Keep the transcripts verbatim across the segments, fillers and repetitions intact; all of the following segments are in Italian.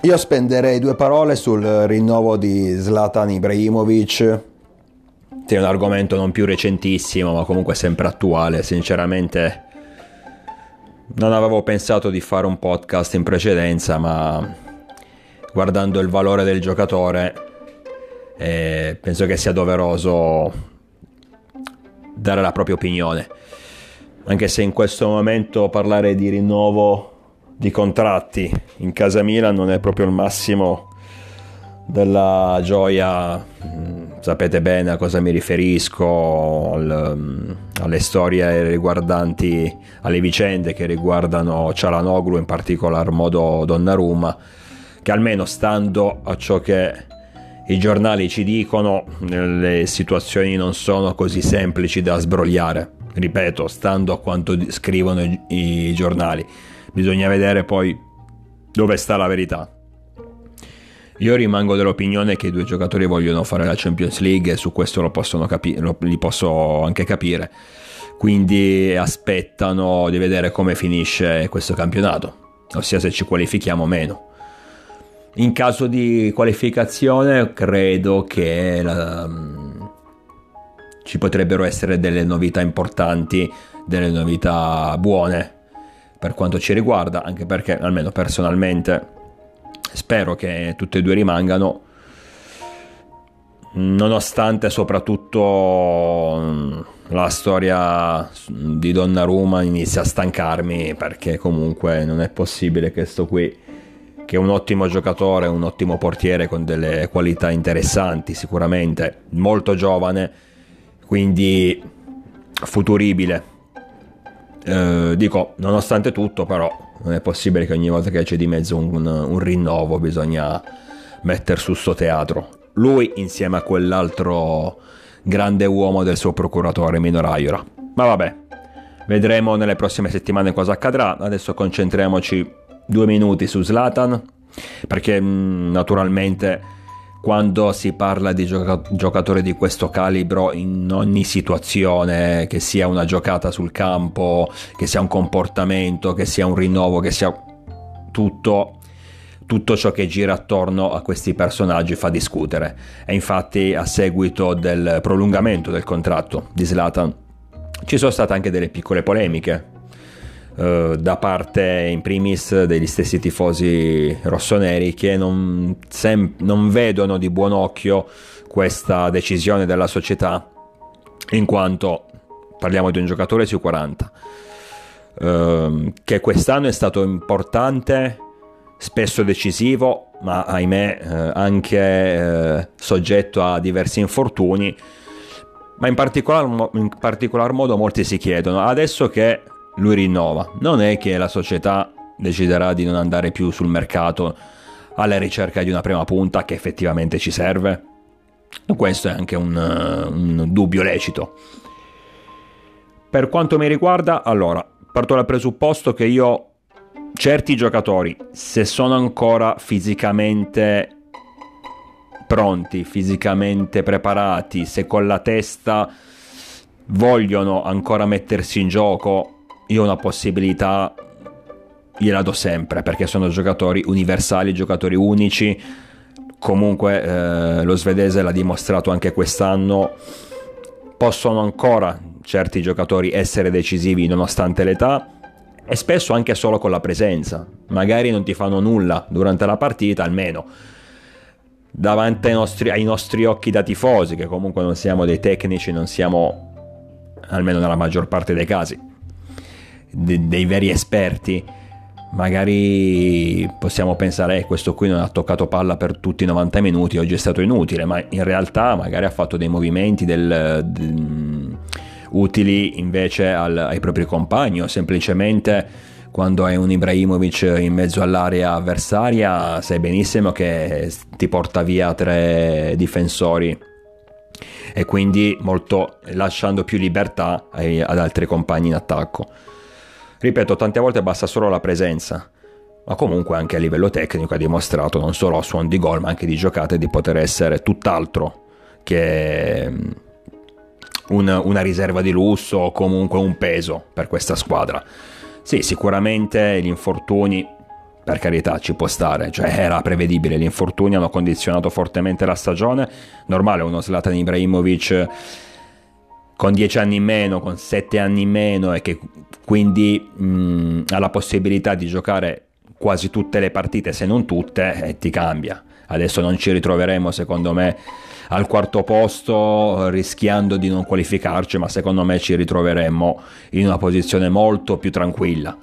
Io spenderei due parole sul rinnovo di Zlatan Ibrahimovic, che è un argomento non più recentissimo, ma comunque sempre attuale. Sinceramente non avevo pensato di fare un podcast in precedenza, ma guardando il valore del giocatore eh, penso che sia doveroso dare la propria opinione, anche se in questo momento parlare di rinnovo di contratti in casa Milan non è proprio il massimo della gioia. Sapete bene a cosa mi riferisco, al, alle storie riguardanti, alle vicende che riguardano Çalhanoğlu, in particolar modo Donnarumma, che almeno stando a ciò che i giornali ci dicono, le situazioni non sono così semplici da sbrogliare. Ripeto, stando a quanto scrivono i, i giornali. Bisogna vedere poi dove sta la verità. Io rimango dell'opinione che i due giocatori vogliono fare la Champions League e su questo lo possono capi- lo, li posso anche capire. Quindi aspettano di vedere come finisce questo campionato, ossia se ci qualifichiamo o meno. In caso di qualificazione credo che la, ci potrebbero essere delle novità importanti, delle novità buone per quanto ci riguarda, anche perché almeno personalmente spero che tutte e due rimangano, nonostante soprattutto la storia di Donnarumma inizia a stancarmi, perché comunque non è possibile che sto qui, che è un ottimo giocatore, un ottimo portiere con delle qualità interessanti, sicuramente molto giovane, quindi futuribile. Eh, dico, nonostante tutto, però non è possibile che ogni volta che c'è di mezzo un, un rinnovo bisogna mettere su sto teatro. Lui insieme a quell'altro grande uomo del suo procuratore Mino Raiola. Ma vabbè, vedremo nelle prossime settimane cosa accadrà. Adesso concentriamoci due minuti su Zlatan, perché mh, naturalmente quando si parla di gioca- giocatori di questo calibro, in ogni situazione, che sia una giocata sul campo, che sia un comportamento, che sia un rinnovo, che sia tutto, tutto ciò che gira attorno a questi personaggi fa discutere. E infatti a seguito del prolungamento del contratto di Zlatan ci sono state anche delle piccole polemiche Uh, da parte in primis degli stessi tifosi rossoneri, che non, sem- non vedono di buon occhio questa decisione della società, in quanto parliamo di un giocatore sui quaranta, uh, che quest'anno è stato importante, spesso decisivo, ma ahimè uh, anche uh, soggetto a diversi infortuni. Ma in particolar, mo- in particolar modo molti si chiedono, adesso che lui rinnova, non è che la società deciderà di non andare più sul mercato alla ricerca di una prima punta che effettivamente ci serve? Questo è anche un, un dubbio lecito. Per quanto mi riguarda, allora, parto dal presupposto che io certi giocatori, se sono ancora fisicamente pronti, fisicamente preparati, se con la testa vogliono ancora mettersi in gioco, io una possibilità gliela do sempre, perché sono giocatori universali, giocatori unici. Comunque eh, lo svedese l'ha dimostrato anche quest'anno, possono ancora certi giocatori essere decisivi nonostante l'età, e spesso anche solo con la presenza. Magari non ti fanno nulla durante la partita, almeno davanti ai nostri, ai nostri occhi da tifosi, che comunque non siamo dei tecnici, non siamo, almeno nella maggior parte dei casi, De- dei veri esperti, magari possiamo pensare eh, questo qui non ha toccato palla per tutti i novanta minuti, oggi è stato inutile, ma in realtà magari ha fatto dei movimenti del, del, utili invece al, ai propri compagni, o semplicemente quando hai un Ibrahimovic in mezzo all'area avversaria sai benissimo che ti porta via tre difensori, e quindi molto lasciando più libertà ai, ad altri compagni in attacco. Ripeto, tante volte basta solo la presenza, ma comunque anche a livello tecnico ha dimostrato, non solo a suon di gol ma anche di giocate, di poter essere tutt'altro che un, una riserva di lusso o comunque un peso per questa squadra. Sì, sicuramente gli infortuni per carità, ci può stare, cioè era prevedibile, gli infortuni hanno condizionato fortemente la stagione, normale uno Zlatan Ibrahimovic con dieci anni in meno, con sette anni in meno, e che quindi mh, ha la possibilità di giocare quasi tutte le partite, se non tutte, e ti cambia. Adesso non ci ritroveremo, secondo me, al quarto posto rischiando di non qualificarci, ma secondo me ci ritroveremo in una posizione molto più tranquilla.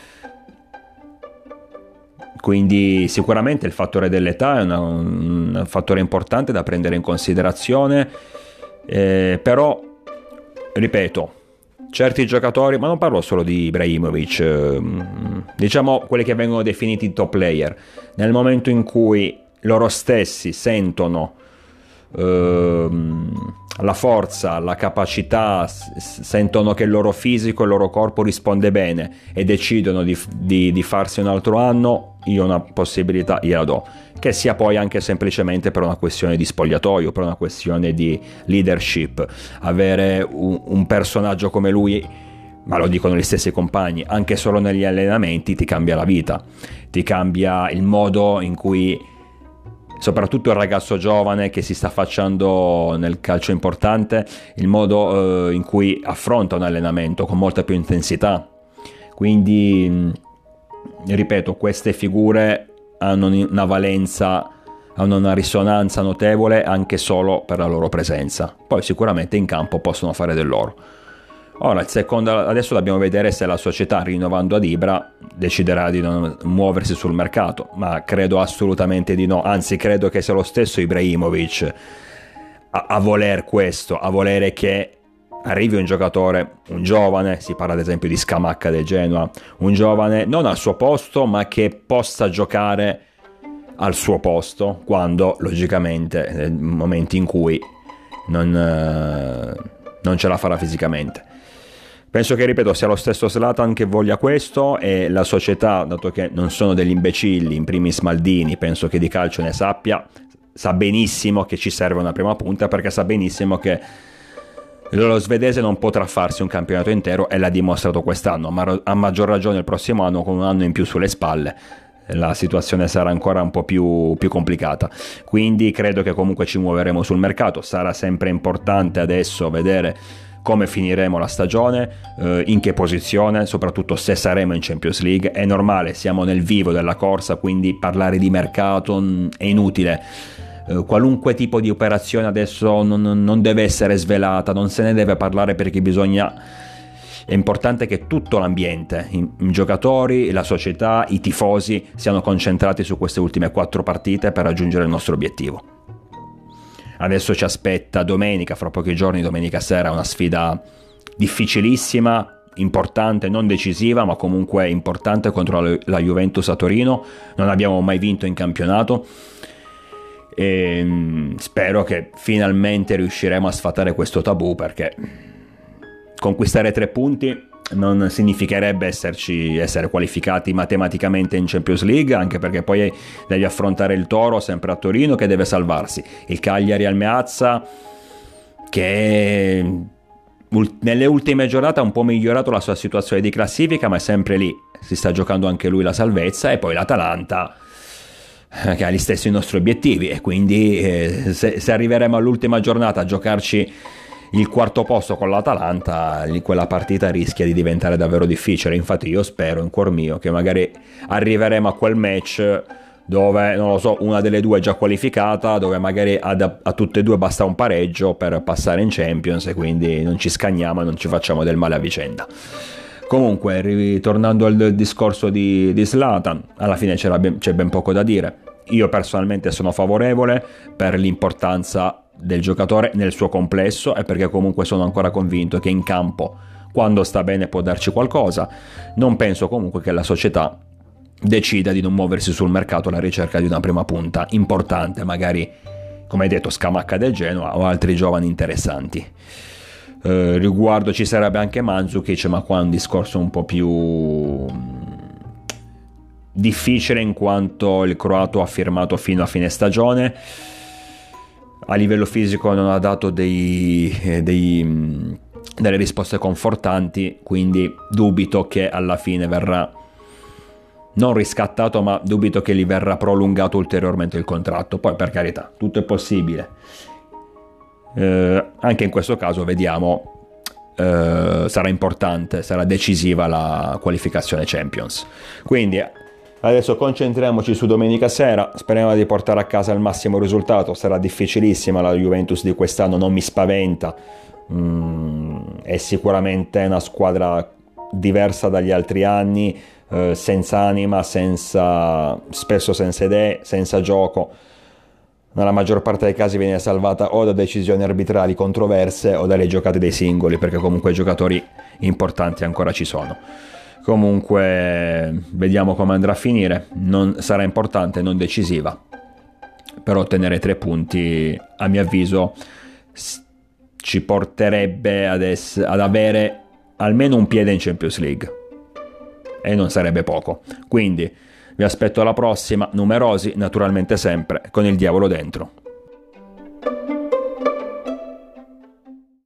Quindi sicuramente il fattore dell'età è una, un fattore importante da prendere in considerazione, eh, però ripeto, certi giocatori, ma non parlo solo di Ibrahimovic, eh, diciamo quelli che vengono definiti top player, nel momento in cui loro stessi sentono ehm, la forza, la capacità, s- sentono che il loro fisico, il loro corpo risponde bene e decidono di, di, di farsi un altro anno, io una possibilità gliela do, che sia poi anche semplicemente per una questione di spogliatoio, per una questione di leadership. Avere un, un personaggio come lui, ma lo dicono gli stessi compagni, anche solo negli allenamenti ti cambia la vita, ti cambia il modo in cui, soprattutto il ragazzo giovane che si sta affacciando nel calcio importante, il modo eh, in cui affronta un allenamento con molta più intensità. Quindi ripeto, queste figure hanno una valenza, hanno una risonanza notevole anche solo per la loro presenza. Poi sicuramente in campo possono fare del loro. Ora, il secondo, adesso dobbiamo vedere se la società, rinnovando ad Ibra, deciderà di non muoversi sul mercato, ma credo assolutamente di no, anzi credo che sia lo stesso Ibrahimovic a, a voler questo, a volere che arrivi un giocatore, un giovane, si parla ad esempio di Scamacca del Genoa, un giovane non al suo posto ma che possa giocare al suo posto quando logicamente nel momento in cui non, eh, non ce la farà fisicamente. Penso che, ripeto, sia lo stesso Zlatan che voglia questo, e la società, dato che non sono degli imbecilli, in primis Maldini, penso che di calcio ne sappia, sa benissimo che ci serve una prima punta, perché sa benissimo che lo svedese non potrà farsi un campionato intero, e l'ha dimostrato quest'anno, ma a maggior ragione il prossimo anno, con un anno in più sulle spalle, la situazione sarà ancora un po' più, più complicata. Quindi credo che comunque ci muoveremo sul mercato. Sarà sempre importante adesso vedere come finiremo la stagione, eh, in che posizione, soprattutto se saremo in Champions League. È normale, siamo nel vivo della corsa, quindi parlare di mercato mh, è inutile. Uh, qualunque tipo di operazione adesso non, non deve essere svelata, non se ne deve parlare, perché bisogna, è importante che tutto l'ambiente, i, i giocatori, la società, i tifosi siano concentrati su queste ultime quattro partite per raggiungere il nostro obiettivo. Adesso ci aspetta domenica, fra pochi giorni, domenica sera, una sfida difficilissima, importante, non decisiva, ma comunque importante, contro la, la Juventus a Torino. Non abbiamo mai vinto in campionato, e spero che finalmente riusciremo a sfatare questo tabù, perché conquistare tre punti non significherebbe esserci, essere qualificati matematicamente in Champions League, anche perché poi devi affrontare il Toro sempre a Torino, che deve salvarsi, il Cagliari al Meazza, che nelle ultime giornate ha un po' migliorato la sua situazione di classifica, ma è sempre lì, si sta giocando anche lui la salvezza, e poi l'Atalanta che ha gli stessi nostri obiettivi, e quindi eh, se, se arriveremo all'ultima giornata a giocarci il quarto posto con l'Atalanta, quella partita rischia di diventare davvero difficile. Infatti io spero in cuor mio che magari arriveremo a quel match dove, non lo so, una delle due è già qualificata, dove magari a, a tutte e due basta un pareggio per passare in Champions, e quindi non ci scagniamo e non ci facciamo del male a vicenda. Comunque, ritornando al discorso di, di Zlatan, alla fine c'era ben, c'è ben poco da dire. Io personalmente sono favorevole per l'importanza del giocatore nel suo complesso, e perché comunque sono ancora convinto che in campo, quando sta bene, può darci qualcosa. Non penso comunque che la società decida di non muoversi sul mercato alla ricerca di una prima punta importante, magari, come hai detto, Scamacca del Genoa o altri giovani interessanti. Eh, riguardo ci sarebbe anche Mandzukic, ma qua è un discorso un po' più difficile, in quanto il croato ha firmato fino a fine stagione. A livello fisico non ha dato dei, dei, delle risposte confortanti, quindi dubito che alla fine verrà non riscattato, ma dubito che gli verrà prolungato ulteriormente il contratto. Poi, per carità, tutto è possibile. Eh, anche in questo caso vediamo, eh, sarà importante, sarà decisiva la qualificazione Champions. Quindi adesso concentriamoci su domenica sera, speriamo di portare a casa il massimo risultato. Sarà difficilissima la Juventus di quest'anno, non mi spaventa, mm, è sicuramente una squadra diversa dagli altri anni, eh, senza anima, senza, spesso senza idee, senza gioco. Nella maggior parte dei casi viene salvata o da decisioni arbitrali controverse o dalle giocate dei singoli, perché comunque giocatori importanti ancora ci sono. Comunque vediamo come andrà a finire. Non sarà importante, non decisiva, però ottenere tre punti, a mio avviso, ci porterebbe ad, es- ad avere almeno un piede in Champions League, e non sarebbe poco. Quindi vi aspetto alla prossima, numerosi, naturalmente sempre con il diavolo dentro.